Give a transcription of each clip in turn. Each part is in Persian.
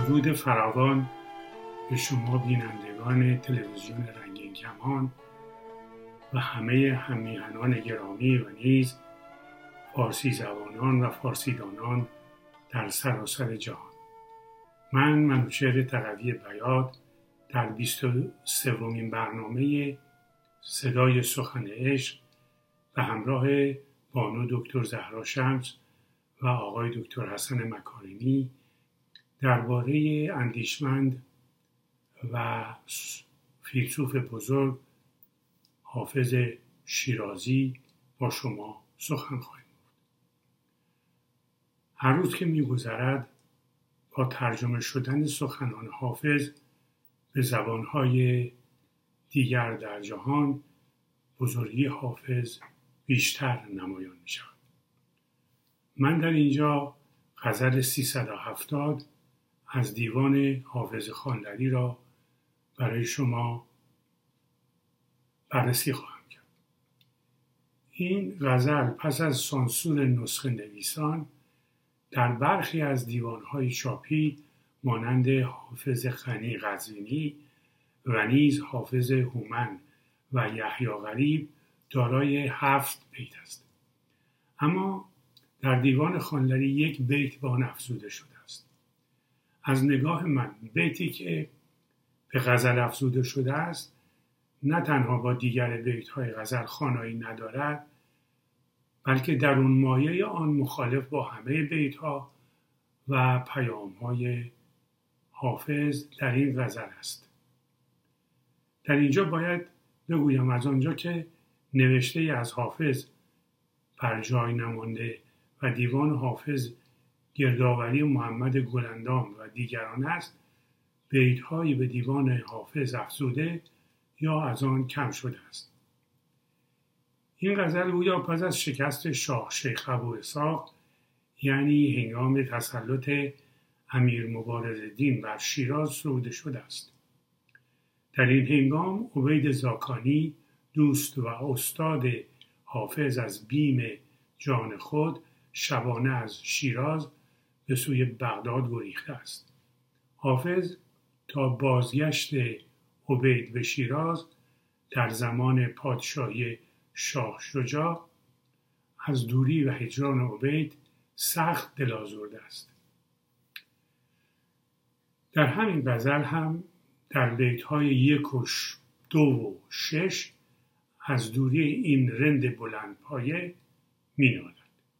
درود فراوان به شما بینندگان تلویزیون رنگین کمان و همه هم‌میهنان گرامی و نیز فارسی زبانان و فارسی دانان در سراسر جهان. من منوچهر تقوی بیات در 23مین برنامه صدای سخن عشق به همراه بانو دکتر زهرا شمس و آقای دکتر حسن مکارمی درباره اندیشمند و فیلسوف بزرگ حافظ شیرازی با شما سخن خواهیم گفت. هر روز که می‌گذرد با ترجمه شدن سخنان حافظ به زبان‌های دیگر در جهان بزرگی حافظ بیشتر نمایان می‌شود. من در اینجا غزل 370 از دیوان حافظ خانلری را برای شما بررسی خواهم کرد. این غزل پس از سانسور نسخه نویسان در برخی از دیوان‌های چاپی مانند حافظ غنی قزوینی و نیز حافظ هومن و یحیی غریب دارای 7 بیت است. اما در دیوان خانلری 1 بیت به آن افزوده شده است. از نگاه من بیتی که به غزل افزوده شده است نه تنها با دیگر بیت‌های غزل خانایی ندارد، بلکه درون مایه آن مخالف با همه بیت‌ها و پیام‌های حافظ در این غزل است. در اینجا باید بگویم از آنجا که نوشته از حافظ بر جای نمانده و دیوان حافظ گردآوری محمد گلندام و دیگران است، بیت‌هایی به دیوان حافظ افزوده یا از آن کم شده است. این غزل گویا پس از شکست شاه شیخ ابو اسحاق، یعنی هنگام تسلط امیر مبارزالدین بر شیراز سروده شده است. در این هنگام عبید زاکانی دوست و استاد حافظ از بیم جان خود شبانه از شیراز به سوی بغداد گریخته است. حافظ تا بازگشت عبید به شیراز در زمان پادشاهی شاه شجاع از دوری و هجران عبید سخت دل‌آزرده است. در همین غزل هم در بیت‌های 1 و 2 و 6 از دوری این رند بلندپایه می‌نالد.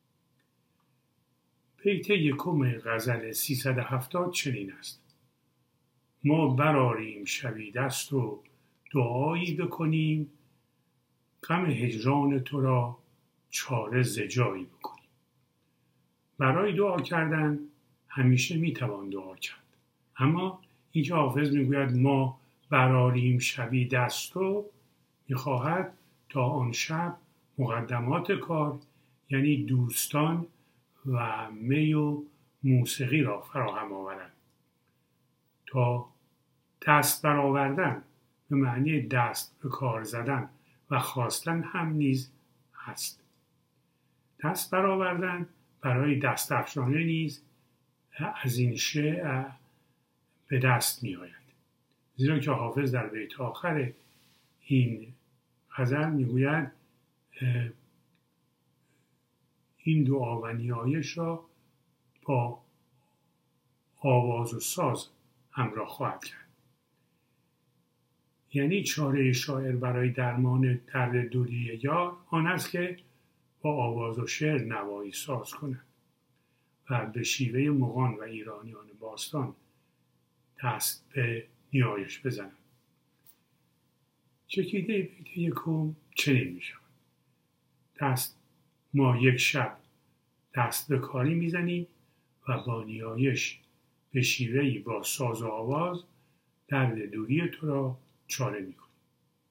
بیت 1 غزل 370 چنین است: ما برآریم شبی دست و دعایی بکنیم، غم هجران تو را چاره ز جایی بکنیم. برای دعا کردن همیشه میتوان دعا کرد، اما اینکه حافظ میگوید ما برآریم شبی دست و میخواهد تا آن شب مقدمات کار یعنی دوستان و می و موسیقی را فراهم آورد. تا دست برآوردن به معنی دست به کار زدن و خواستن هم نیز هست. دست برآوردن برای دست افشانه نیز از این شیء به دست می آید، زیرا که حافظ در بیت آخر این غزل می گوید این دعا و نیایش را با آواز و ساز همراه خواهد کرد. یعنی چاره شاعر برای درمان درد دوری یار آن است که با آواز و شعر نوایی ساز کند و به شیوه مغان و ایرانیان باستان دست به نیایش بزند. چکیده بیت 1 چنین می شود: ما 1 شب دست به کاری می زنیم و با نیایش به شیوهی با ساز و آواز درد دوری تو را چاره می کنیم.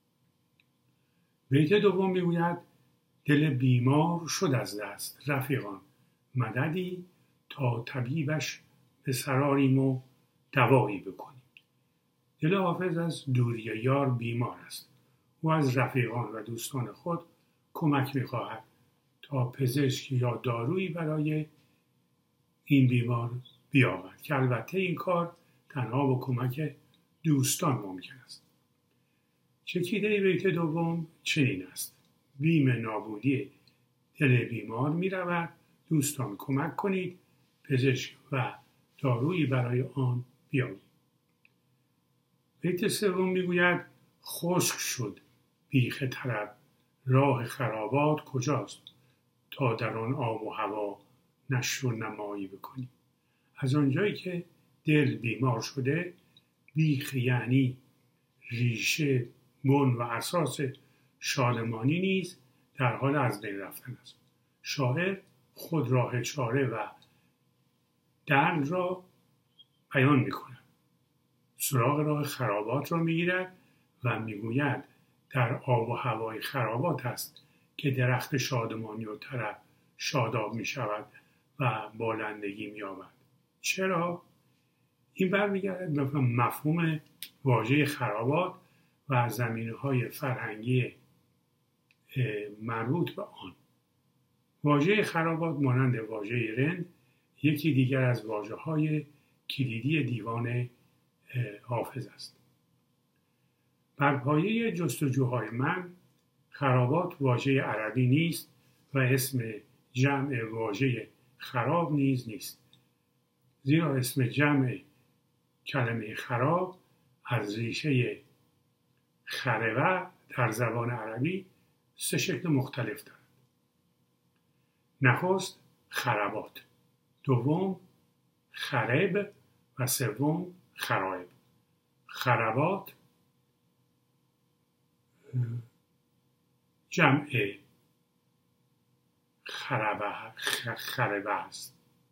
بیت 2 می گوید دل بیمار شد از دست رفیقان، مددی تا طبیبش به سراریم و دوایی بکنیم. دل حافظ از دوری یار بیمار است. او از رفیقان و دوستان خود کمک می خواهد تا پزشک یا دارویی برای این بیمار بیاورد که البته این کار تنها با کمک دوستان ممکن است. چکیده بیت دوم چنین است: بیم نابودی دل بیمار می رود، دوستان کمک کنید، پزشک و دارویی برای آن بیابید. بیت سوم میگوید خشک شد بیخ طرب، راه خرابات کجاست، تا در آن آب و هوا نشر و نمایی بکنی. از آنجایی که دل بیمار شده، بیخ یعنی ریشه، بن و اساس شادمانی نیز در حال از بین رفتن است. شاعر خود راه چاره و درد را بیان می‌کند. سراغ راه خرابات را می‌گیرد و می‌گوید در آب و هوای خرابات است که درخت شادمانی و طرب شاداب می‌شود و بالندگی می‌یابد. چرا؟ این برمیگردد به مفهوم واژه خرابات و زمینه‌های فرهنگی مربوط به آن. واژه خرابات مانند واژه رند یکی دیگر از واژه‌های کلیدی دیوان حافظ است. بر پایه جستجوهای من، خرابات واژه عربی نیست و اسم جمع واژه خراب نیز نیست، زیرا اسم جمع کلمه خراب از ریشه خربه در زبان عربی 3 شکل مختلف دارد. نخست خرابات، دوم خرب و سوم خرایب. خرابات جمع خربه است.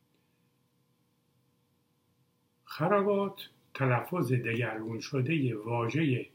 خرابات تلفظ دگرگون شده واژه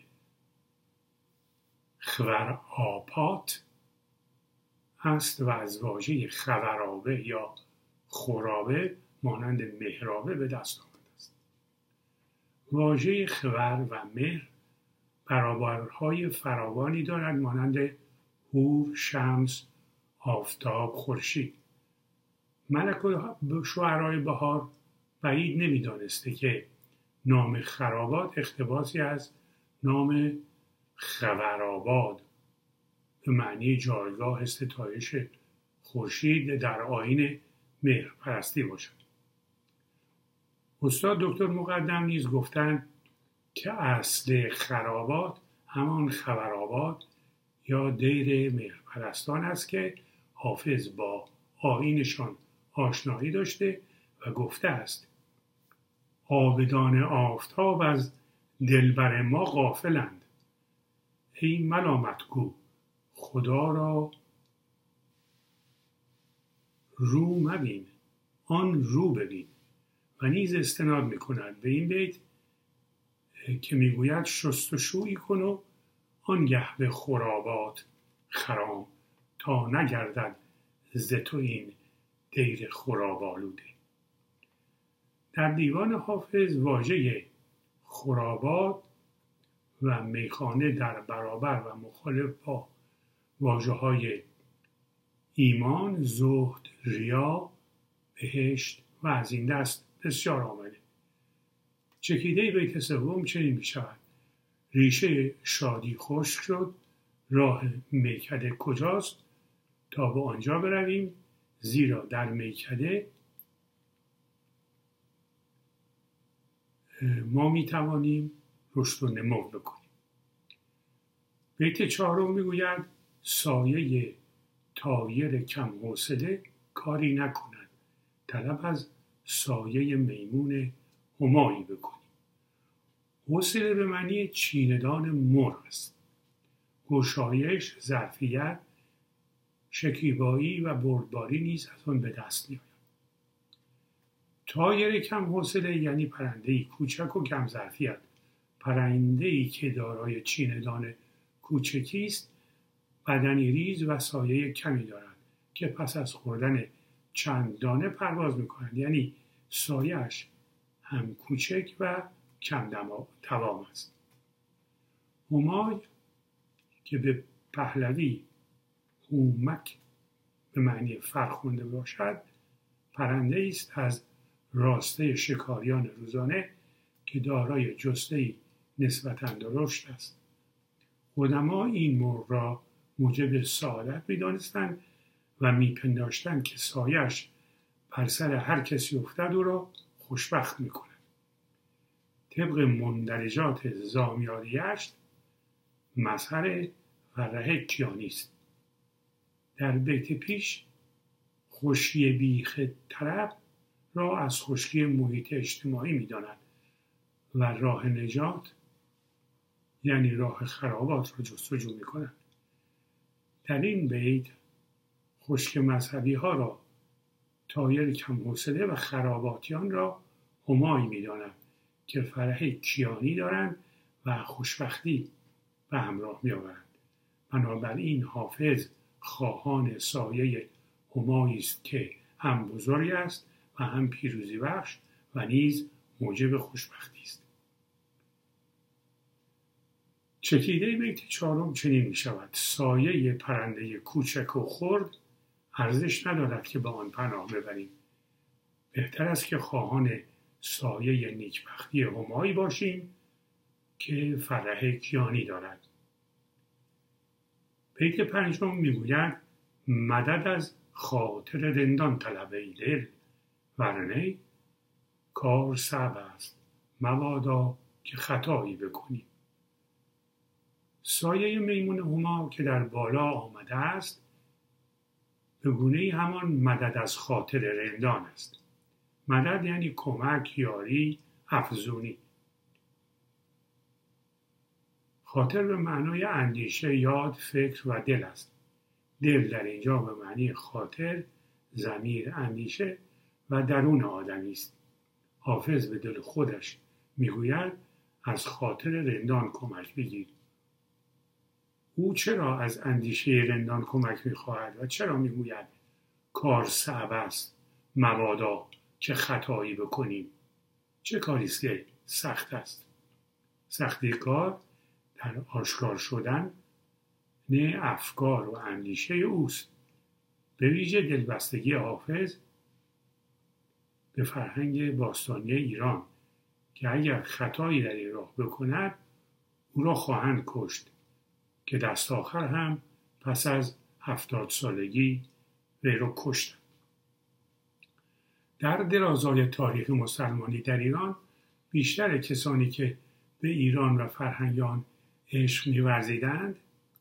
خورآپات است و از واژه خورابه یا خورابه مانند مهرابه به دست آمده است. واژه خور و مهر برابرهای فراوانی دارد مانند هور، شمس، آفتاب، خورشید. ملک شعرای بهار بعید نمی‌دانسته که نام خرابات اقتباسی از نام خورآباد به معنی جایگاه ستایش خورشید در آیین مهرپرستی باشد. استاد دکتر مقدم نیز گفتند که اصل خرابات همان خورآباد یا دیر مهرپرستان است که حافظ با آیینشان آشنایی داشته و گفته است عابدان آفتاب از دلبر ما غافلند. ای ملامتگو خدا را رو مبین، آن رو ببین. و نیز استناد می‌کند به این بیت که میگوید شستشویی کن و آنگه به خرابات خرام، تا نگردد ز تو این دیر خراب آلوده. در دیوان حافظ واژه خرابات و میخانه در برابر و مخالف با واژه‌های ایمان، زهد، ریا، بهشت و از این دست بسیار آمده. چکیده بیت سوم چنین می شود: ریشه شادی خشک شد، راه میکده کجاست، تا به آنجا برویم، زیرا در میکده ما می توانیم رشد و نمو بکنیم. بیت چهارم می گوید سایه طایر کم حوصله کاری نکند، طلب از سایه میمون همایی بکنیم. حوصله به معنی چیندان مرغ است. گشایش، ظرفیت، شکیبایی و بردباری نیز از آن به دست می‌آید. طایر کم حوصله یعنی پرنده‌ای کوچک و کم ظرفیت. پرنده‌ای که دارای چیندان کوچکی است، بدنی ریز و سایه کمی دارد که پس از خوردن چند دانه پرواز می‌کند، یعنی سایه‌اش هم کوچک و کم دوام است. همای که به پهلوی هومک به معنی فرخنده باشد، پرنده است از راسته شکاریان روزانه که دارای جسته‌ای نسبتاً درشت است. قدما این مرغ را موجب سعادت می‌دانستند و می‌پنداشتند که سایه‌اش بر سر هر کسی افتد او را خوشبخت می‌کند. طبق مندرجات زامیاریه‌اش مظهر فرح کیانی است. در بیت پیش خشکی بیخ طرب را از خشکی محیط اجتماعی می‌داند و راه نجات یعنی راه خرابات را جستجو می‌کند. در این بیت خشک مذهبی ها را طایر کم حوصله و خراباتیان را همایی می‌داند که فرح کیانی دارند و خوشبختی به همراه می‌آورند. بنابراین حافظ خواهان سایه همایی است که هم بزرگ است و هم پیروزی بخش و نیز موجب خوشبختی است. چکیده بیت چهارم چنین می شود: سایه پرنده کوچک و خرد ارزش ندارد که به آن پناه ببریم. بهتر است که خواهان سایه نیکبختی همایی باشیم که فرح کیانی دارد. بیت پنجم میگوید: مدد از خاطر رندان طلب ای دل، ورنه کار صعب است مبادا که خطایی بکنی. سایه میمون هما که در بالا آمده است به گونه‌ای همان مدد از خاطر رندان است. مدد یعنی کمک، یاری، افزونی. خاطر به معنای اندیشه، یاد، فکر و دل است. دل در اینجا به معنی خاطر، ضمیر، اندیشه و درون آدمی است. حافظ به دل خودش میگوید از خاطر رندان کمک بگیر. او چرا از اندیشه رندان کمک میخواهد و چرا میگوید کار صعب است مبادا که خطایی بکنیم؟ چه کاری است که سخت است؟ سختی کار در آشکار شدن نه افکار و اندیشه اوست. به ویژه دلبستگی حافظ به فرهنگ باستانی ایران که اگر خطایی در این راه بکند او را خواهند کشت، که دست آخر هم پس از 70 سالگی وی را کشتند. در درازای تاریخ مسلمانی در ایران بیشتر کسانی که به ایران و فرهنگ آن عشق می‌ورزیدند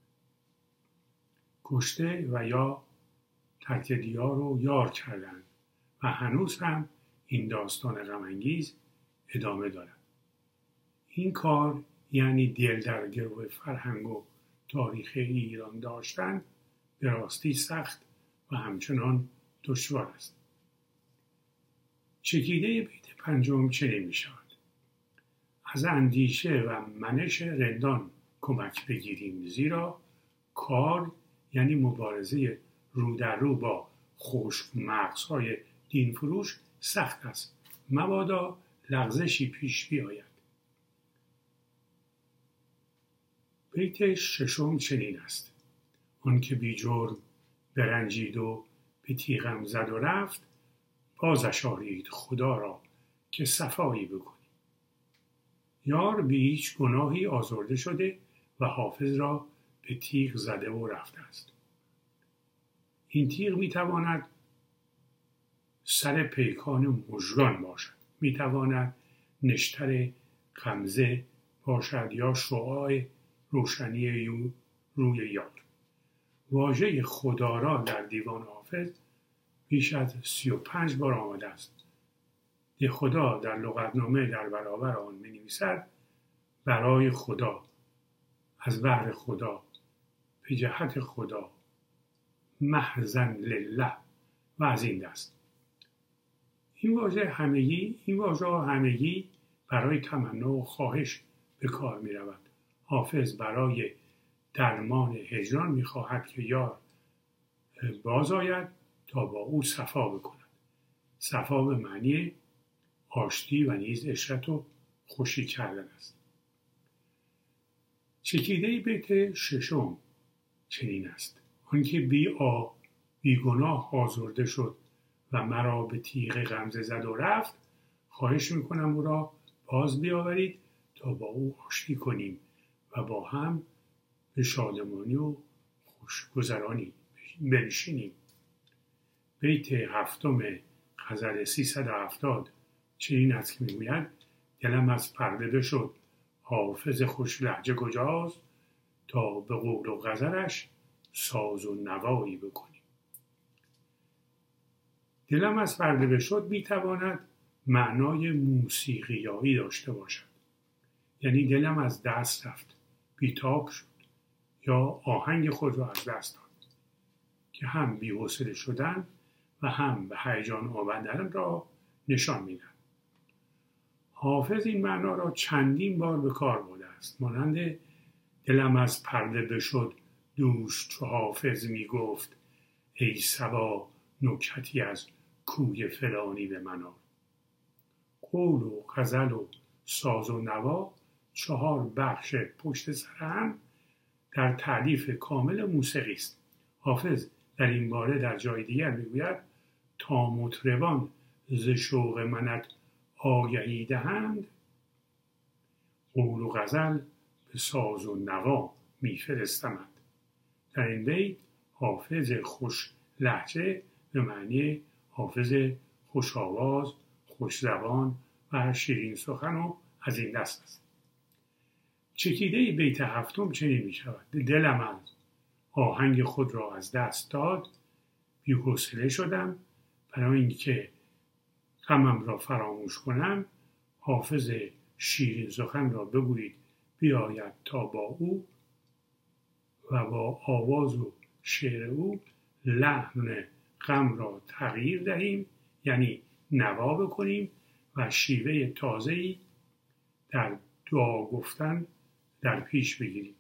کشته و یا ترک دیار و یار کردند و هنوز هم این داستان غم‌انگیز ادامه دارد. این کار یعنی دل در گرو فرهنگ و تاریخ ایران داشتن به راستی سخت و همچنان دشوار است. چکیده بیت پنجم چنین می شود: از اندیشه و منش رندان کمک بگیریم، زیرا کار یعنی مبارزه رو در رو با خشک مغزهای دین فروش سخت است، مبادا لغزشی پیش بیاید. بیت ششم چنین است: آن که بی جرم برنجید و به تیغم زد و رفت، بازش آرید خدا را که صفایی بکنی. یار به هیچ گناهی آزرده شده و حافظ را به تیغ زده و رفته است. این تیغ میتواند سر پیکان مژگان باشد، میتواند نشتر غمزه باشد یا شعاع روشنی روی یار. واژه خدا را در دیوان حافظ بیش از 35 بار آمده است. خدا در لغتنامه در برابر آن می‌نویسد برای خدا، از بهر خدا، به جهت خدا، محضاً لله و از این دست. این واژه همگی برای تمنا و خواهش به کار می رود. حافظ برای درمان هجران می خواهد که یار باز آید تا با او صفا بکند. صفا به معنی آشتی و نیز عشرت و خوشی کردن است. چکیده بیت ششم چنین است: آنکه بی گناه آزرده شد و مرا به تیغ غمزه زد و رفت، خواهش میکنم او را باز بیاورید تا با او آشتی کنیم و با هم به شادمانی و خوشگذرانی بنشینیم. بیت 7 غزل 370 چنین است که میگوید: دلم از پرده بشد حافظ خوش لهجه کجاست، تا به قول و غزلش ساز و نوایی بکنیم. دلم از پرده بشد میتواند معنای موسیقیایی داشته باشد، یعنی دلم از دست رفت، بیتاب شد یا آهنگ خود را از دست داد، که هم بی‌حوصله شدن و هم به هیجان آمدن را نشان میدن. حافظ این معنا را چندین بار به کار برده است، مانند دلم از پرده بشد دوش چو حافظ میگفت، ای صبا نکهتی از کوی فلانی به من آر. قول و غزل و ساز و نوا 4 بخش پشت سر هم در تألیف کامل موسیقی است. حافظ در این باره در جای دیگر میگوید: تا مطربان ز شوق منت آگهی دهند، قول و غزل به ساز و نوا میفرستمد. در این بیت حافظ خوش لهجه به معنی حافظ خوش آواز، خوش زبان و شیرین سخن و از این دست است. چکیده بیت 7 چنین می شود: دلم از آهنگ خود را از دست داد، بی‌حوصله شدم، برای اینکه غمم را فراموش کنم حافظ شیرین سخن را بگویید بیاید تا با او و با آواز و شعر او لحن غم را تغییر دهیم، یعنی نوا بکنیم و شیوه تازه‌ای در دعا گفتن در پیش بگیریم.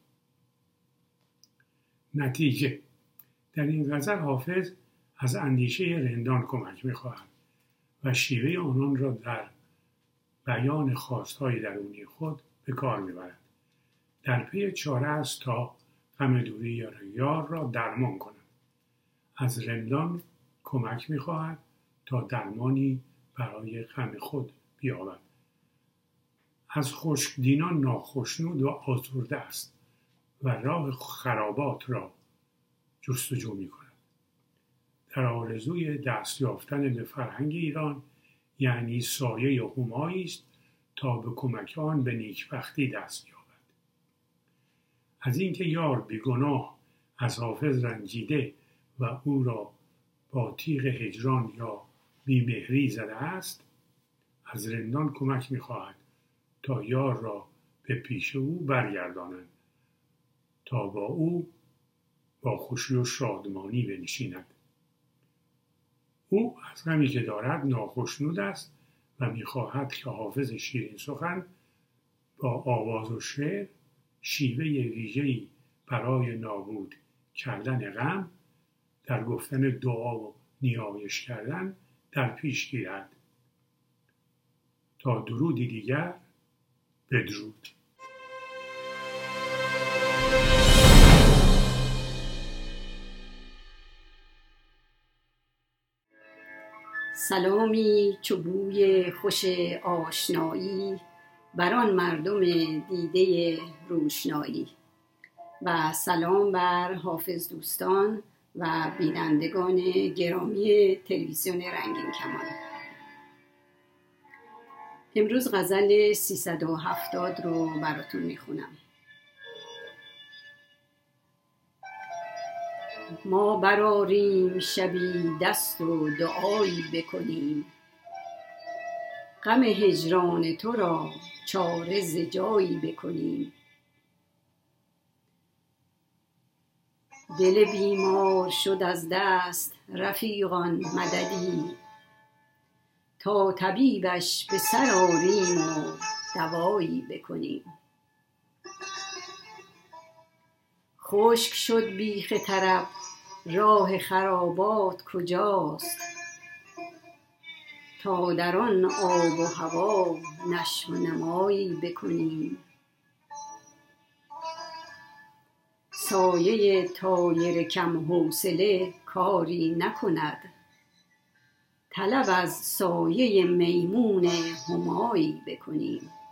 نتیجه: در این غزل حافظ از اندیشه رندان کمک می‌خواهد و شیوه آنان را در بیان خواستهای درونی خود به کار می‌برد. در پی چاره است تا غم دوری یار را درمان کند. از رندان کمک می‌خواهد تا درمانی برای غم خود بیابد. از خشکدینان ناخشنود و آزرده است و راه خرابات را جستجو می‌کند. در آرزوی دست یافتن به فرهنگ ایران، یعنی سایه همایی است تا به کمک آن به نیکبختی دست یابد. از اینکه یار بیگناه از حافظ رنجیده و او را با تیغ هجران یا بیمهری زده است، از رندان کمک می‌خواهد تا یار را به پیش او برگردانند تا با او با خوشی و شادمانی بنشیند. او از غمی که دارد ناخشنود است و می‌خواهد که حافظ شیرین سخن با آواز و شعر شیوه ویژه‌ای برای نابود کردن غم در گفتن دعا و نیایش کردن در پیش گیرد. تا درودی دیگر، بدرود. سلامی چو بوی خوش آشنایی بر آن مردم دیده روشنایی، و سلام بر حافظ دوستان و بینندگان گرامی تلویزیون رنگین کمان. امروز غزل 370 رو براتون میخونم. ما برآریم شبی دست و دعایی بکنیم، غم هجران تو را چاره ز جایی بکنیم. دل بیمار شد از دست رفیقان مددی، تا طبیبش به سر آریم و دوایی بکنیم. خشک شد بیخ طرب راه خرابات کجاست، تا در آن آب و هوا نشو و نمایی بکنیم. سایه طایر کم حوصله کاری نکند، طلب از سایه میمون همایی بکنیم.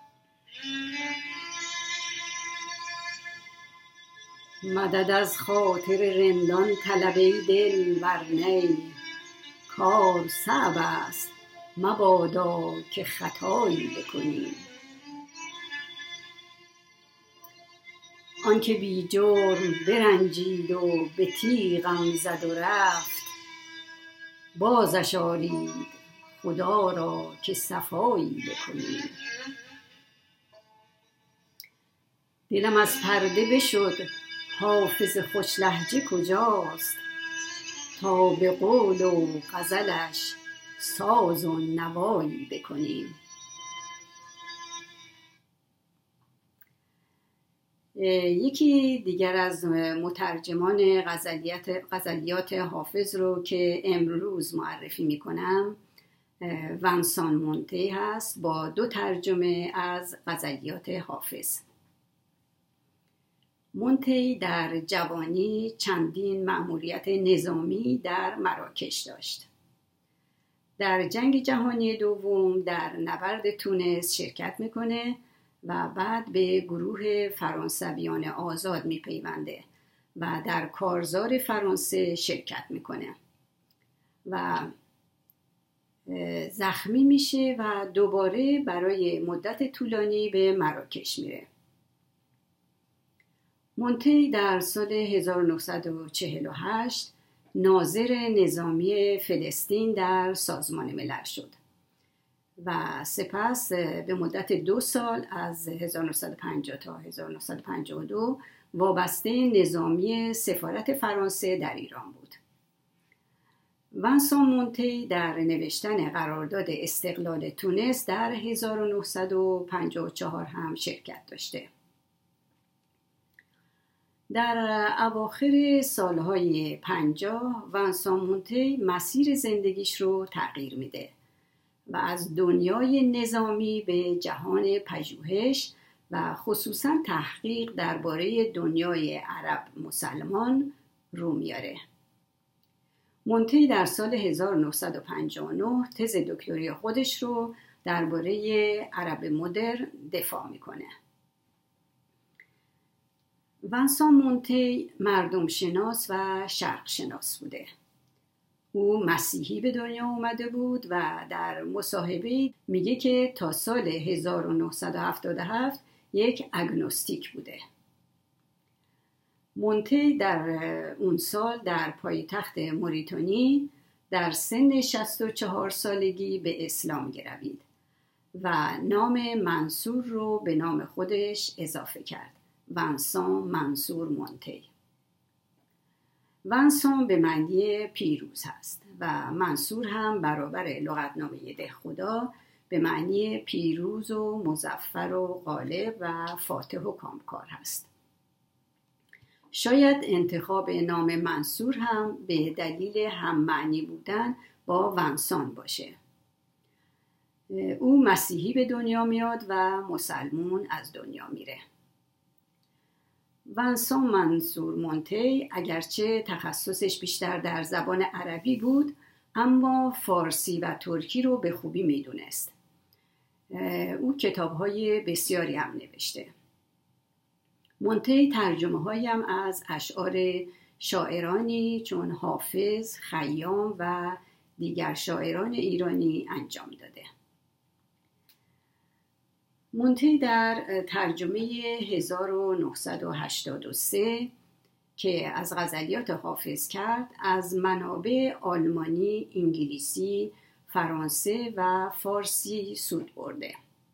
مدد از خاطر رندان طلب ای دل ورنی، کار صعب است مبادا که خطایی بکنی. آنکه بی جرم برنجید و به تیغم زد و رفت، بازش آرید خدا را که صفایی بکنی. دلم از پرده بشد حافظ خوش لهجه کجاست، تا به قول و غزلش ساز و نوایی بکنیم. یکی دیگر از مترجمان غزلیات حافظ رو که امروز معرفی میکنم ونسان مونته هست با 2 ترجمه از غزلیات حافظ. مونته در جوانی چندین مأموریت نظامی در مراکش داشت. در جنگ جهانی دوم در نبرد تونس شرکت میکنه و بعد به گروه فرانسویان آزاد میپیونده و در کارزار فرانسه شرکت میکنه و زخمی میشه و دوباره برای مدت طولانی به مراکش میره. مونته در سال 1948 ناظر نظامی فلسطین در سازمان ملل شد و سپس به مدت 2 سال از 1950 تا 1952 وابسته نظامی سفارت فرانسه در ایران بود. ونسان مونته در نوشتن قرارداد استقلال تونس در 1954 هم شرکت داشته. در اواخر سالهای 50 ونسان مونته مسیر زندگیش رو تغییر میده و از دنیای نظامی به جهان پژوهش و خصوصا تحقیق درباره دنیای عرب مسلمان رو میاره. مونته در سال 1959 تز دکتری خودش رو درباره عرب مدرن دفاع میکنه. ونسان مونته مردم شناس و شرق شناس بوده. او مسیحی به دنیا اومده بود و در مصاحبه میگه که تا سال 1977 یک اگنوستیک بوده. مونته در اون سال در پایتخت موریتانی در سن 64 سالگی به اسلام گروید و نام منصور رو به نام خودش اضافه کرد. ونسان منصور مونته. ونسان به معنی پیروز هست و منصور هم برابر لغتنامه دهخدا به معنی پیروز و مظفر و غالب و فاتح و کامکار هست. شاید انتخاب نام منصور هم به دلیل هم معنی بودن با ونسان باشه. او مسیحی به دنیا میاد و مسلمون از دنیا میره. ونسان منصور مونته اگرچه تخصصش بیشتر در زبان عربی بود اما فارسی و ترکی رو به خوبی میدونست. او کتاب‌های بسیاری هم نوشته. مونته ترجمه هایم از اشعار شاعرانی چون حافظ، خیام و دیگر شاعران ایرانی انجام داده. مونته در ترجمه 1983 که از غزلیات حافظ کرد از منابع آلمانی، انگلیسی، فرانسه و فارسی سود برده.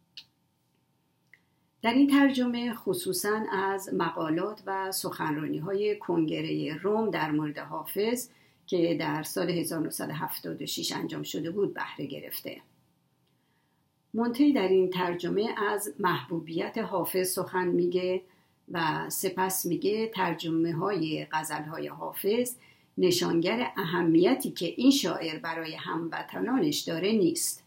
در این ترجمه خصوصاً از مقالات و سخنرانی‌های کنگره روم در مورد حافظ که در سال 1976 انجام شده بود بهره گرفته. مونته در این ترجمه از محبوبیت حافظ سخن میگه و سپس میگه ترجمه‌های غزل‌های حافظ نشانگر اهمیتی که این شاعر برای هموطنانش داره نیست.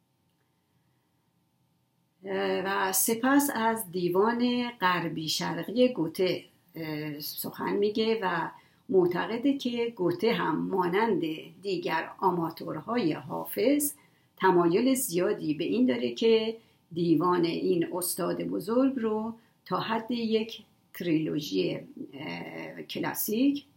و سپس از دیوان غربی شرقی گوته سخن میگه و معتقده که گوته هم مانند دیگر آماتورهای حافظ تمایل زیادی به این داره که دیوان این استاد بزرگ رو تا حد یک تریلوژی کلاسیک،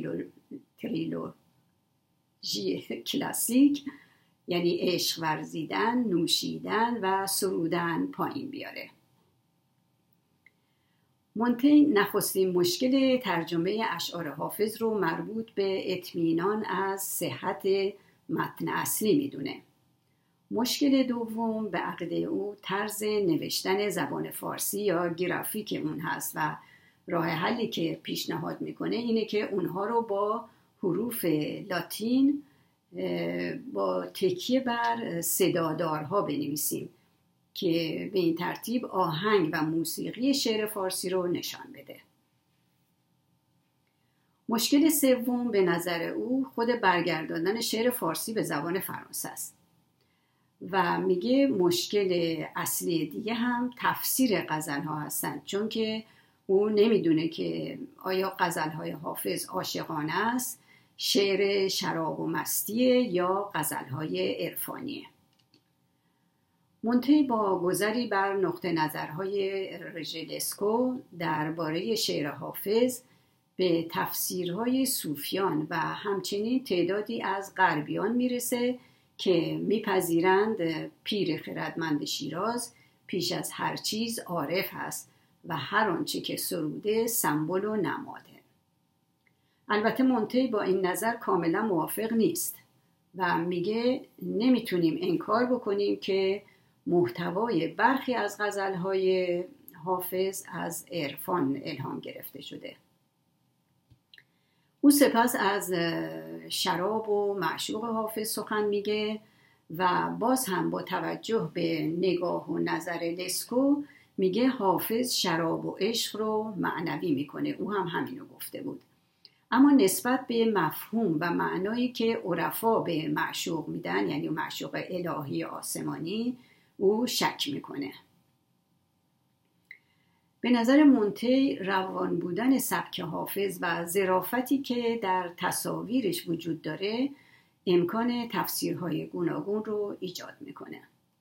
تریلوژی کلاسیک یعنی عشق ورزیدن، نوشیدن و سرودن پایین بیاره. مونتی نخستین مشکل ترجمه اشعار حافظ رو مربوط به اطمینان از صحت متن اصلی میدونه. مشکل دوم به عقیده او طرز نوشتن زبان فارسی یا گرافیک اون هست و راه حلی که پیشنهاد میکنه اینه که اونها رو با حروف لاتین با تکیه بر صدادارها بنویسیم که به این ترتیب آهنگ و موسیقی شعر فارسی رو نشان بده. مشکل سوم به نظر او خود برگرداندن شعر فارسی به زبان فرانسه است و میگه مشکل اصلی دیگه هم تفسیر غزل‌ها هستند، چون که او نمیدونه که آیا غزل‌های حافظ عاشقانه است، شعر شراب و مستیه یا غزل‌های عرفانیه. مونتی با گذری بر نقطه نظرهای رژلسکو درباره شعر حافظ به تفسیرهای صوفیان و همچنین تعدادی از غربیان میرسه که میپذیرند پیر خردمند شیراز پیش از هر چیز عارف است و هر آنچه که سروده سمبل و نماده. البته مونتی با این نظر کاملا موافق نیست و میگه نمیتونیم انکار بکنیم که محتوای برخی از غزلهای حافظ از عرفان الهام گرفته شده. او سپس از شراب و معشوق حافظ سخن میگه و باز هم با توجه به نگاه و نظر لسکو میگه حافظ شراب و عشق رو معنوی میکنه. او هم همینو گفته بود، اما نسبت به مفهوم و معنایی که عرفا به معشوق میدن، یعنی معشوق الهی آسمانی، او شک میکنه. به نظر مونتی روان بودن سبک حافظ و ظرافتی که در تصاویرش وجود داره امکان تفسیرهای گوناگون رو ایجاد میکنه.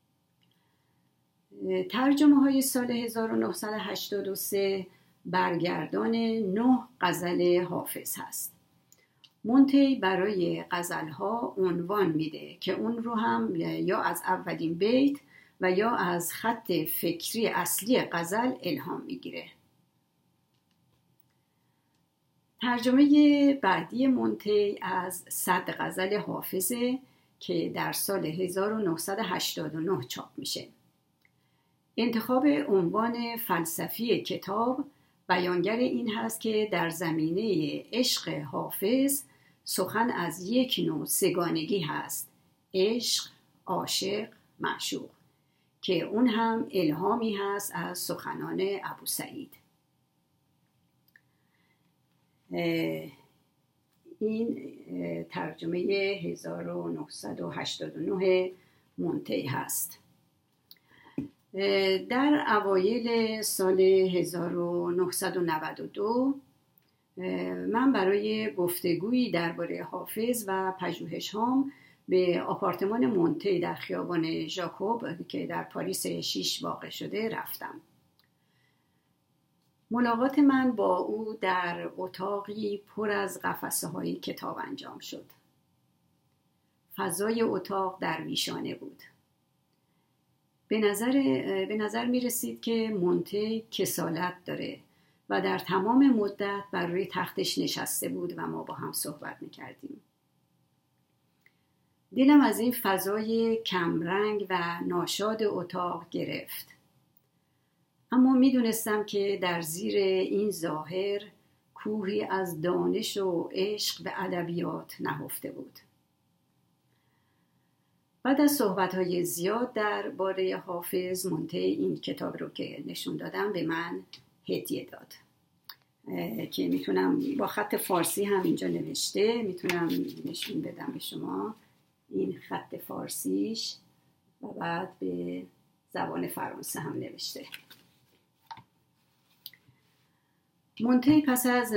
ترجمه های سال 1983 برگردان 9 غزل حافظ هست. مونتی برای غزلها عنوان میده که اون رو هم یا از اولین بیت و یا از خط فکری اصلی غزل الهام میگیره. ترجمه بعدی مونتی از 100 غزل حافظه که در سال 1989 چاپ میشه. انتخاب عنوان فلسفی کتاب بیانگر این هست که در زمینه عشق حافظ سخن از یک نوع سگانگی هست: عشق، عاشق، معشوق، که اون هم الهامی هست از سخنان ابوسعید. این ترجمه 1989 مونتی هست. در اوایل سال 1992 من برای گفتگویی درباره حافظ و پژوهش‌هام به آپارتمان مونتی در خیابان ژاکوب که در پاریس 6 واقع شده رفتم. ملاقات من با او در اتاقی پر از قفسه‌های کتاب انجام شد. فضای اتاق درویشانه بود. به نظر می رسید که مونتی کسالت داره و در تمام مدت بر روی تختش نشسته بود و ما با هم صحبت می کردیم. دلم از این فضای کمرنگ و ناشاد اتاق گرفت. اما می دونستم که در زیر این ظاهر کوهی از دانش و عشق به ادبیات نهفته بود. بعد از صحبت‌های زیاد درباره حافظ، مونتی این کتاب رو که نشون دادم به من هدیه داد که میتونم با خط فارسی هم اینجا نوشته، میتونم نشون بدم به شما این خط فارسیش و بعد به زبان فرانسه هم نوشته. مونتی پس از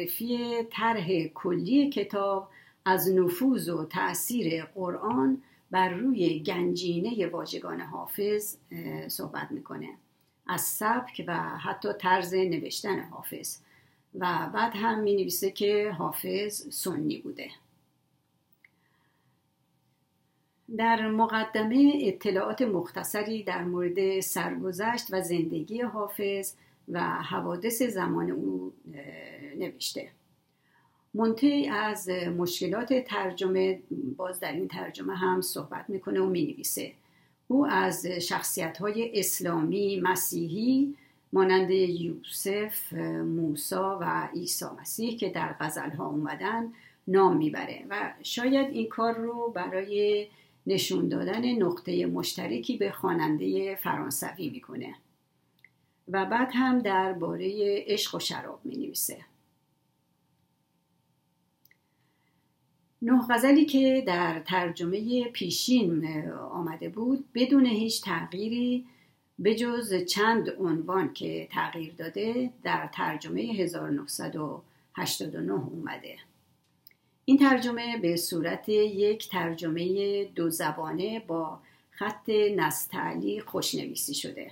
معرفی طرح کلی کتاب از نفوذ و تأثیر قرآن بر روی گنجینه واژگان حافظ صحبت میکنه، از سبک و حتی طرز نوشتن حافظ، و بعد هم می نویسه که حافظ سنی بوده. در مقدمه اطلاعات مختصری در مورد سرگذشت و زندگی حافظ و حوادث زمان او نوشته. منتهی از مشکلات ترجمه باز در این ترجمه هم صحبت میکنه و مینویسه. او از شخصیت‌های اسلامی مسیحی مانند یوسف، موسی و عیسی مسیح که در غزل‌ها اومدن نام میبره و شاید این کار رو برای نشون دادن نقطه مشترکی به خواننده فرانسوی میکنه. و بعد هم درباره عشق و شراب مینویسه. 9 غزلی که در ترجمه پیشین آمده بود بدون هیچ تغییری به جز چند عنوان که تغییر داده در ترجمه 1989 اومده. این ترجمه به صورت یک ترجمه 2 زبانه با خط نستعلی خوشنویسی شده.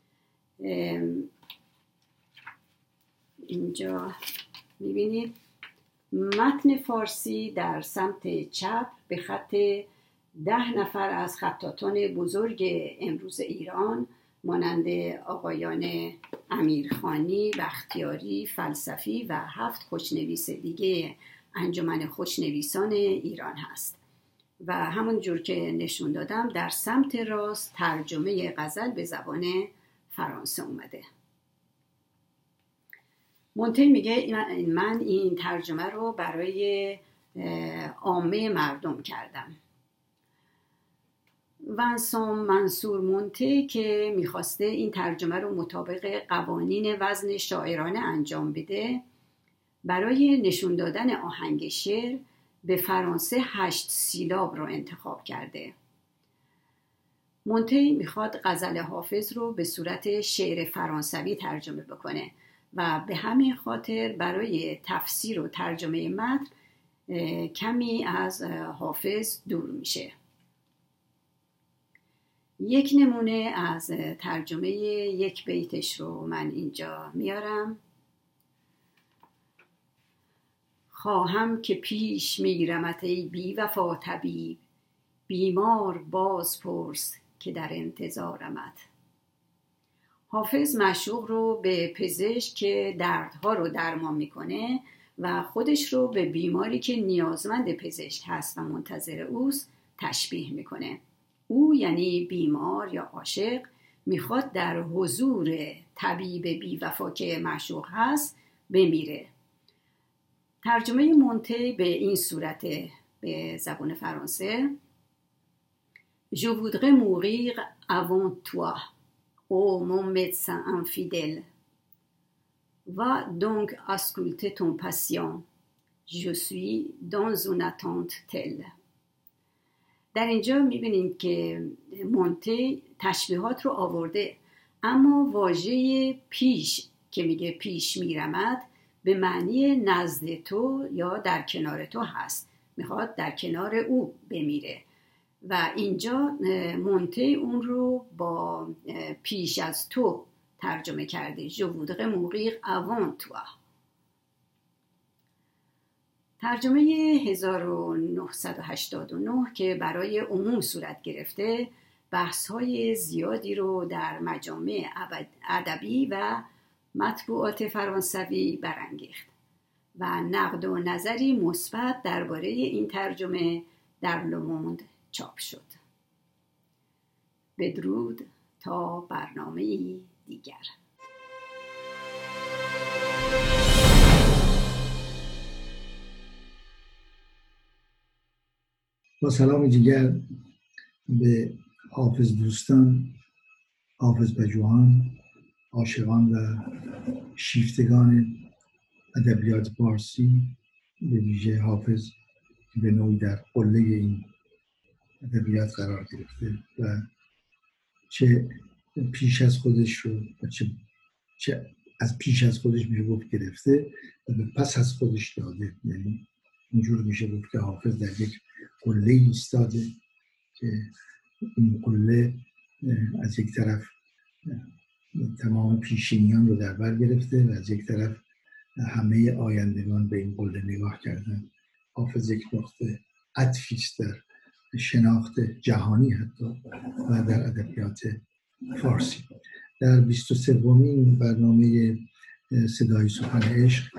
اینجا میبینید متن فارسی در سمت چپ به خط 10 نفر از خطاطان بزرگ امروز ایران مانند آقایان امیرخانی، بختیاری، فلسفی و 7 خوشنویس دیگه انجمن خوشنویسان ایران هست و همون جور که نشون دادم در سمت راست ترجمه غزل به زبان فرانسه اومده. مونته میگه من این ترجمه رو برای عامه مردم کردم. ونسان منصور مونته که میخواسته این ترجمه رو مطابق قوانین وزن شاعرانه انجام بده، برای نشون دادن آهنگ شعر به فرانسه 8 سیلاب رو انتخاب کرده. مونته میخواد غزل حافظ رو به صورت شعر فرانسوی ترجمه بکنه و به همین خاطر برای تفسیر و ترجمه متن کمی از حافظ دور میشه. یک نمونه از ترجمه یک بیتش رو من اینجا میارم. خواهم که پیش میگیرمت ای بی وفا طبیب، بیمار باز پرس که در انتظارمت. حافظ معشوق رو به پزشک که دردها رو درمان میکنه و خودش رو به بیماری که نیازمند پزشک هست و منتظر اوست تشبیه میکنه. او یعنی بیمار یا عاشق میخواد در حضور طبیب بی وفا که معشوق هست بمیره. ترجمه مونته به این صورت به زبان فرانسه: Je voudrais mourir avant toi, ô mon médecin infidèle. Va donc ausculter ton patient. Je suis dans une attente telle. در اینجا میبینید که مونته تشبیهات رو آورده، اما واژه پیش که میگه پیش میرمد به معنی نزد تو یا در کنار تو هست، میخواد در کنار او بمیره و اینجا مونته اون رو با پیش از تو ترجمه کرده. Je voudrais mourir avant toi. ترجمه 1989 که برای عموم صورت گرفته بحث‌های زیادی رو در مجامع ادبی و مطبوعات فرانسوی برانگیخت و نقد و نظری مثبت درباره این ترجمه در لوموند چاپ شد. بدرود تا برنامه‌ای دیگر. با سلام دیگر به حافظ دوستان، حافظ پژوهان، عاشقان و شیفتگان ادبیات فارسی، به ویژه حافظ که به نوعی در قله این ادبیات قرار گرفته و چه پیش از خودش رو و چه از پیش از خودش میشه گفت گرفته و به پس از خودش داده. یعنی اینجور میشه گفت که حافظ در یک قله ایستاده که این قله از یک طرف تمام پیشینیان رو در بر گرفته و از یک طرف همه آیندگان به این قله نگاه کردن. حافظ یک نقطه عطفی است در شناخت جهانی حتی و در ادبیات فارسی. در 23مین برنامه صدای سخن عشق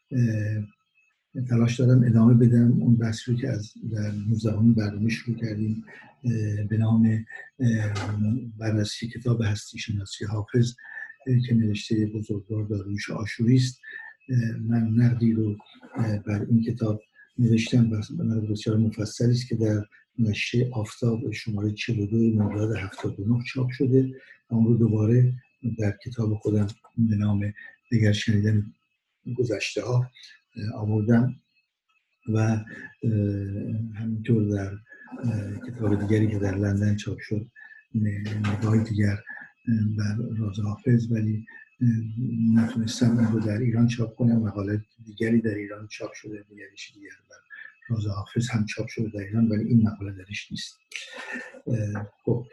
تلاش دارم ادامه بدم اون بحث رو که از در 19مین برنامه شروع کردیم به نام بررسی کتاب هستی شناسی حافظ که نوشته بزرگوار داریوش آشوری است. من نقدی رو بر این کتاب نوشتم و بسیار مفصلی است که در نشریه آفتاب شماره 42 مرداد 79 چاپ شده. اون رو دوباره در کتاب خودم به نام دگر شنیدن گذشته ها آوردم و همینطور در کتاب دیگری که در لندن چاپ شد نگاهی دیگر بر راز حافظ، ولی نتونستم این رو در ایران چاپ کنم. مقاله دیگری در ایران چاپ شده، دیگریش دیگر بر راز حافظ هم چاپ شده در ایران، ولی این مقاله درش نیست. خب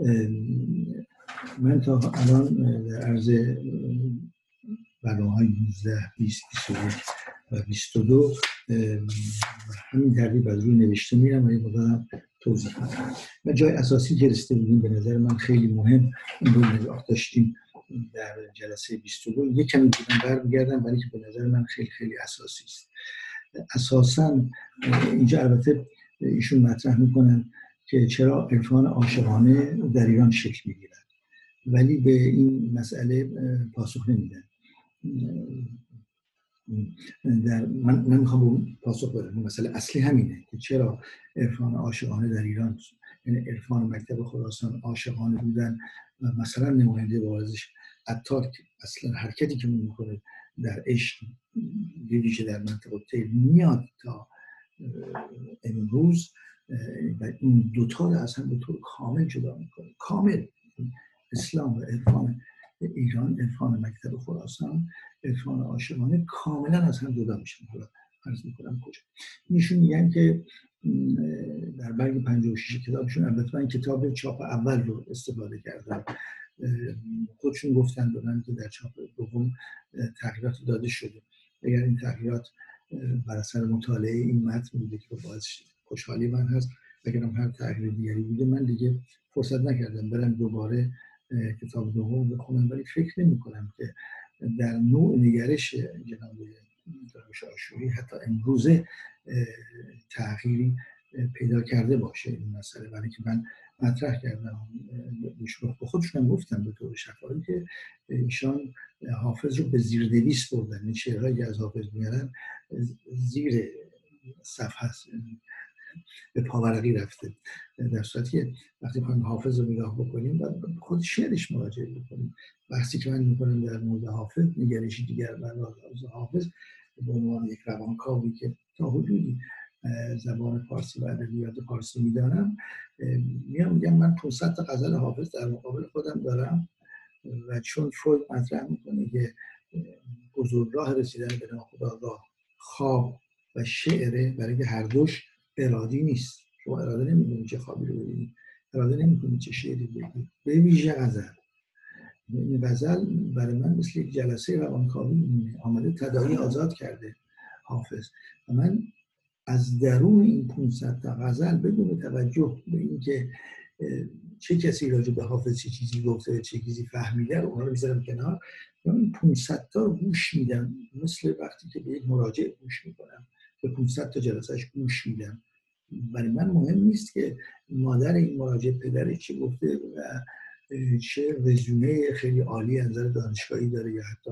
من تا الان در عرض برنامه‌های 19, 20, 21 و 22 همین ترتیب از روی نوشته میرم و یه مقدارم توضیح میدم. و جای اساسی که رسیده بودیم به نظر من خیلی مهم این رو نگاه داشتیم در جلسه 22 یک کمی بودم برمیگردم، ولی که به نظر من خیلی خیلی اساسی است. اساساً اینجا البته ایشون مطرح میکنن که چرا عرفان عاشقانه در ایران شکل میگیرد، ولی به این مسئله پاسخ نمیدن. من میخوام به اون پاسخ بدم. مسئله اصلی همینه که چرا عرفان عاشقانه در ایران، یعنی عرفان مکتب خراسان عاشقانه بودن و مثلا نماینده بارزش عطار که اصلا حرکتی که میکنه در عشق دیدیشه در منطقه تیر میاد تا امروز و این دوتا رو اصلا به طور کامل جدا میکنه. کامل اسلام و عرفان ایران، عرفان مکتب خراسان، عرفان عاشقانه کاملا از هم جدا میشن. حالا عرض میکنم کجا. ایشون میگن که در برگ 56 کتابشون، البته من کتاب چاپ اول رو استفاده کردم، خودشون گفتن به من که در چاپ دوم تغییرات داده شده. اگر این تغییرات بر اثر مطالعه این متن بوده که باعث خوشحالی من هست، اگرم هر تغییر دیگری بوده من دیگه فرصت نکردم برم دوباره کتاب دوم بخونم، ولی فکر نمی کنم که در نوع نگرش جناب داریوش آشوری حتی امروزه تغییری پیدا کرده باشه این مسئله. ولی که من مطرح کردم به خودشون گفتم به طور شفاهی که ایشان حافظ رو به زیر 200 بردن. این شعرهایی که از حافظ میارن زیر صفحه هست، به پاورقی رفته، در صورتی که وقتی می‌خوایم حافظ رو نگاه بکنیم و خود شعرش مراجعه بکنیم. بحثی که من می‌کنم در مورد حافظ، نگرشی دیگر بر حافظ به عنوان یک روانکاوی که تا حدودی زبان فارسی و ادبیات فارسی می‌دانم، میگم من 500 تا غزل حافظ در مقابل خودم دارم و چون فروید مطرح می‌کنه که بزرگراه رسیدن به ناخودآگاه خواب و شعره، برای که هر دوش ارادی نیست. شما اراده نمی‌کنید چه خوابی رو ببینید، اراده نمی‌کنید چه شعری بگید. به ویژه غزل. این غزل برای من مثل یک جلسه روانکاوی آمده تداعی آزاد کرده حافظ و من از درون این 500 تا غزل بدون توجه به اینکه چه کسی راجع به حافظ چه چیزی گفته، چه چیزی فهمیده، اونها رو میذارم کنار و این 500 تا رو گوش میدم، مثل وقتی که به یک مراجع گوش میکنم، به 500 تا جلسهش گوش میدم. برای من مهم نیست که مادر این مراجع پدرش چه گفته و چه رزومه خیلی عالی از نظر دانشگاهی داره یا حتی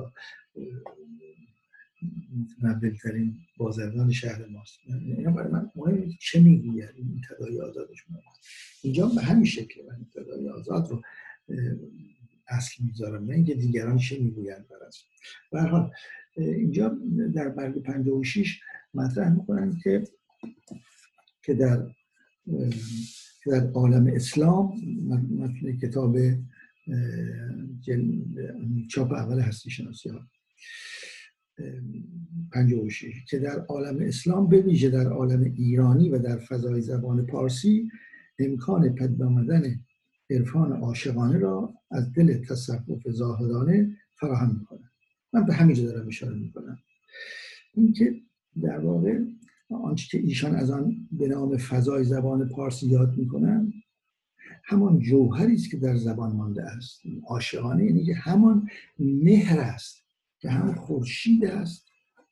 متمول‌ترین بازرگان شهر ماست. اینا برای من مهم نیست چه میگوید، این تداعی آزادش مهم است. اینجا به همین شکل من تداعی آزاد رو اصل میذارم، نه اینکه دیگران چه میگویند. به هر حال اینجا در برگ 56 مطرح میکنن که در عالم اسلام، مثل کتاب چاپ اول هستی شناسی ها 56، که در عالم اسلام به ویژه در عالم ایرانی و در فضای زبان پارسی امکان پدید آمدن عرفان عاشقانه را از دل تصوف زاهدانه فراهم میکنه. من به همین جا دارم اشاره میکنم، اینکه در واقع آنچه که ایشان از آن به نام فضای زبان پارسی یاد میکنن همان جوهری است که در زبان مانده است. عاشقانه یعنی که همان مهر است که هم خورشید است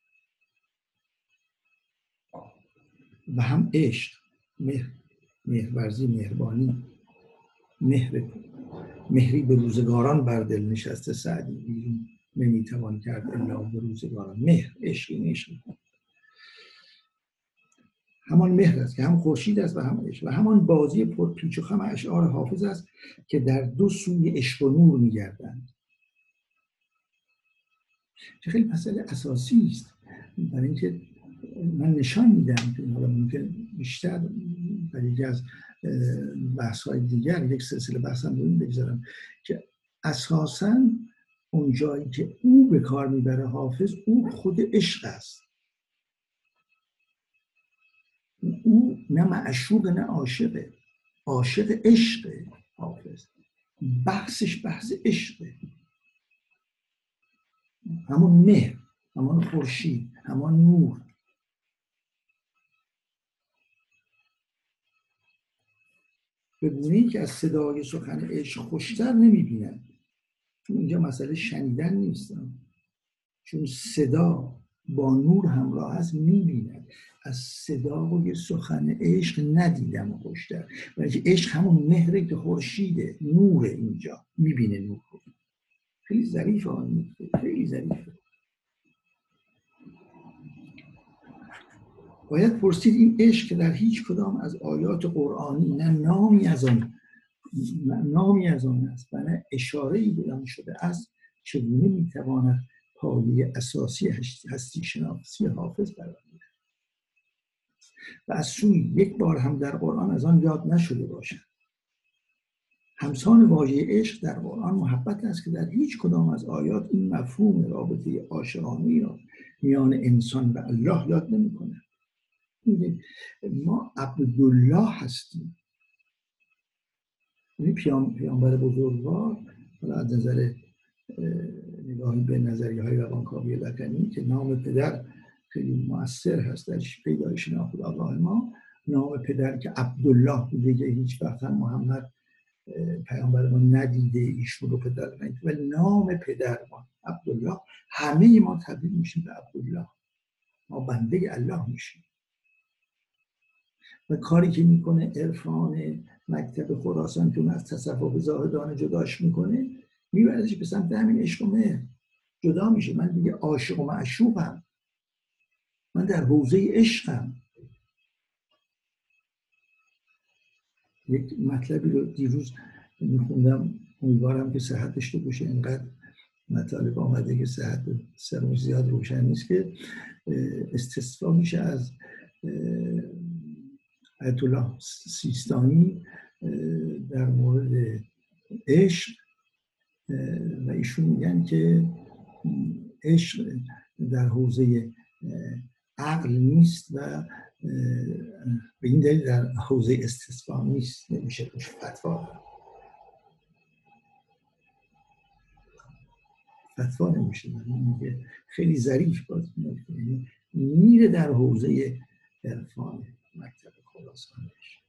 و هم عشق، مهرورزی، مهربانی، مهری به روزگاران بر دل نشسته سعدی، بیرون نمیتوان کرد الا به روزگاران. مهر، عشق، همان مهر است که هم خورشید است و هم عشق، و همان بازی پر پیچ و خم اشعار حافظ است که در دو سوی عشق و نور می‌گردند. چه خیلی مسئله اساسی است، برای اینکه من نشان میدم که حالا ممکن بیشتر در یکی از بحث‌های دیگر یک سلسله بحثم رو بگذارم که اساساً اون جایی که او به کار میبره حافظ، او خود عشق است. او نه معشوق نه عاشقه، عاشق عشقه. حافظ بحثش بحث عشقه، همون مهر، همون خورشید، همون نور. به گونه‌ای که از صدای سخن عشق خوشتر نمی‌بینند. چون اینجا مسئله شنیدن نیست، چون صدا با نور همراه است می‌بیند. از صدای سخن عشق ندیدم خوشتر، ولی عشق همون مهره که خورشیده، نوره، اینجا می‌بینه نور. خیلی ظریفه، خیلی ظریفه. باید پرسید این عشق که در هیچ کدام از آیات قرآنی نه نامی از آن است و نه اشاره‌ای به آن شده است، چگونه میتواند پایه اساسی هستی شناسی حافظ قرار گیرد و از سوی یک بار هم در قرآن از آن یاد نشده باشد. همسان واژه عشق در قرآن محبت است که در هیچ کدام از آیات این مفهوم رابطه عاشقانه‌ای را میان انسان و الله یاد نمی‌کند. ما عبدالله هستیم. این پیامبر بزرگوار، حالا از نظر نگاهی به نظریه‌های روانکاوی لکنی که نام پدر خیلی مؤثر هست در پیدایش شناخت الله ما، نام پدر که عبدالله بوده که هیچ وقت هم محمد پیامبر ما ندیده ایشون رو پدر ندیده، ولی نام پدر ما عبدالله، همه ما تبدیل میشیم به عبدالله، ما بنده الله میشیم. و کاری که میکنه عرفان مکتب خراسان که از تصوف زاهدانه جداش میکنه، میبردش به سمت همین عشق و مهر، جدا میشه. من دیگه عاشق و معشوقم، من در حوزه عشقم. یک مطلبی رو دیروز میخوندم، امیدوارم که صحت داشته باشه، اینقدر مطالب آمده که صحت سرمش زیاد روشن نیست، که استصفا میشه از آیت الله سیستانی در مورد عشق و ایشون میگن که عشق در حوزه عقل نیست و به این دلیل در حوزه استصفا نیست، نمیشه روش فتوا نمیشه. میگه خیلی ظریف باز میره در حوزه عرفان مکتب خراسانش.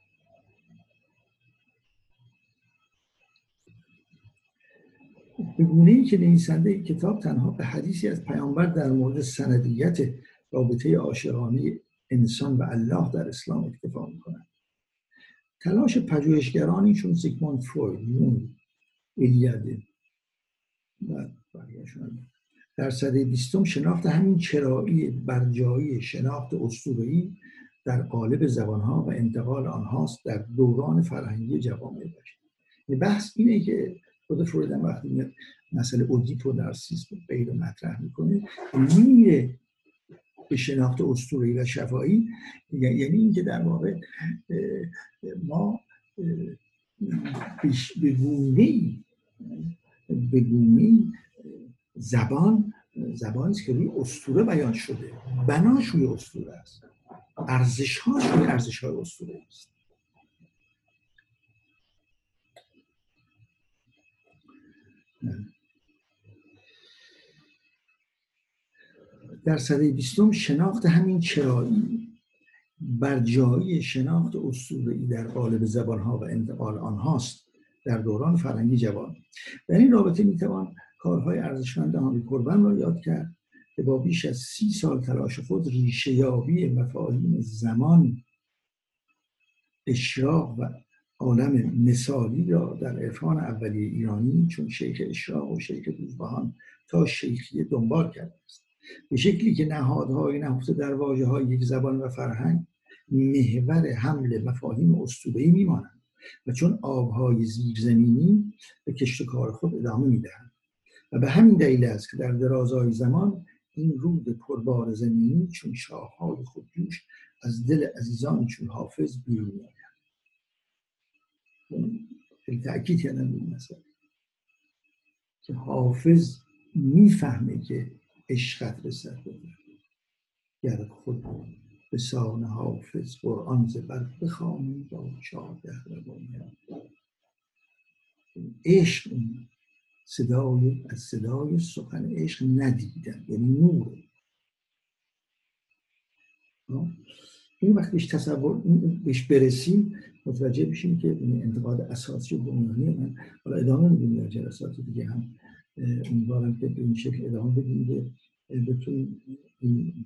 به گونه‌ای که نویسنده کتاب تنها به حدیثی از پیامبر در مورد سندیت رابطه عاشقانه انسان و الله در اسلام اکتفا می‌کند. تلاش پژوهشگرانی چون سیگموند فروید، یونگ، الیاده و بقیه‌شون در سده 20 شناخت همین چرایی برجایی شناخت اسطوره‌ای در قالب زبانها و انتقال آنهاست در دوران فرهنگی جوامع بشری. بحث اینه که خود فروید هم وقتی میاد مسئله اودیپ و نارسیسم غیر مطرح میکنه، میره به شناخت اسطوره‌ای و شفاهی، یعنی اینکه در واقع ما به گونه‌ای زبانی است که روی اسطوره بیان شده، بناش روی اسطوره است، ارزش‌هاش روی ارزش‌های اسطوره است. در سده 20 شناخت همین چرایی بر جایی شناخت اسطوره‌ای در قالب زبانها و انتقال آنهاست در دوران فرهنگی جوان. در این رابطه میتوان کارهای ارزشمند حامی قربان را یاد کرد که با بیش از 30 سال تلاش خود ریشه یابی مفاهیم زمان، اشراق و عالم مثالی را در عرفان اولیه ایرانی چون شیخ اشراق و شیخ روزبهان تا شیخیه دنبال کرده است، به شکلی که نهادهای نهفته در واژه‌های یک زبان و فرهنگ محور حمل مفاهیم اسطوره‌ای میمانند و چون آبهای زیرزمینی به کشت کار خود ادامه میدهند و به همین دلیل است که در درازای زمان این رود پربار زمینی چون شاخهای خودجوش از دل عزیزان چون حافظ بیرون می‌آید. خیلی تأکید کردن این مسئله که حافظ میفهمه که عشقت رسد گر خود به سان حافظ قرآن زبر بخوانی با 14 روایت. عشق از صدای سخن عشق ندیدن، یعنی نوره. این وقت بهش برسیم متوجه بشیم که این انتقاد اساسی و بنیانی من حالا ادامه میدیم در جلسات دیگه هم امیدوارم که به این شکل ادامه بدیم که بتونیم این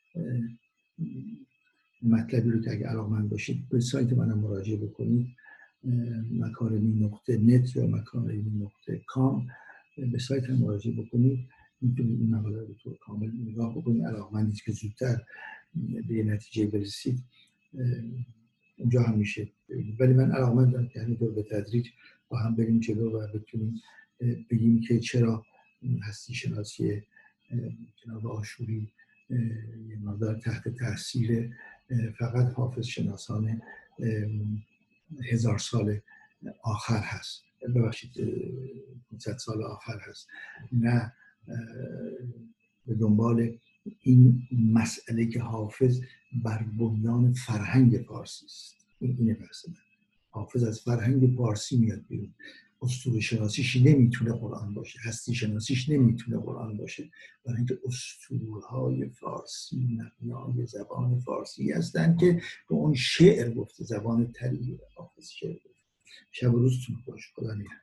مطلبی رو که اگه علاقمند باشید به سایت منم مراجعه بکنید، makarimi.net یا makarimi.com، به سایت هم مراجعه بکنید، میتونید این مقاله رو به طور کامل نگاه بکنید. علاقمندید که زودتر به یه نتیجه برسید اونجا هم میشه، ولی من علاقمندم که همینطور به تدریج با هم بریم جلو و بتونیم بگیم که چرا هستی شناسی جناب آشوری یه مقدار تحت تاثیر فقط حافظ شناسان 1000 سال آخر هست، ببخشید 500 سال آخر هست، نه به دنبال این مسئله که حافظ بر بنیان فرهنگ فارسی است. اینه بحث من. حافظ از فرهنگ فارسی میاد بیرون. اسطوره شناسیش نمیتونه قرآن باشه، هستی شناسیش نمیتونه قرآن باشه، برای اینکه اسطوره‌های فارسی مبنای زبان فارسی هستن که به اون شعر گفته، زبان طریق حافظ شعر گفته. شب و روزتون خوش. خدا نگهدار.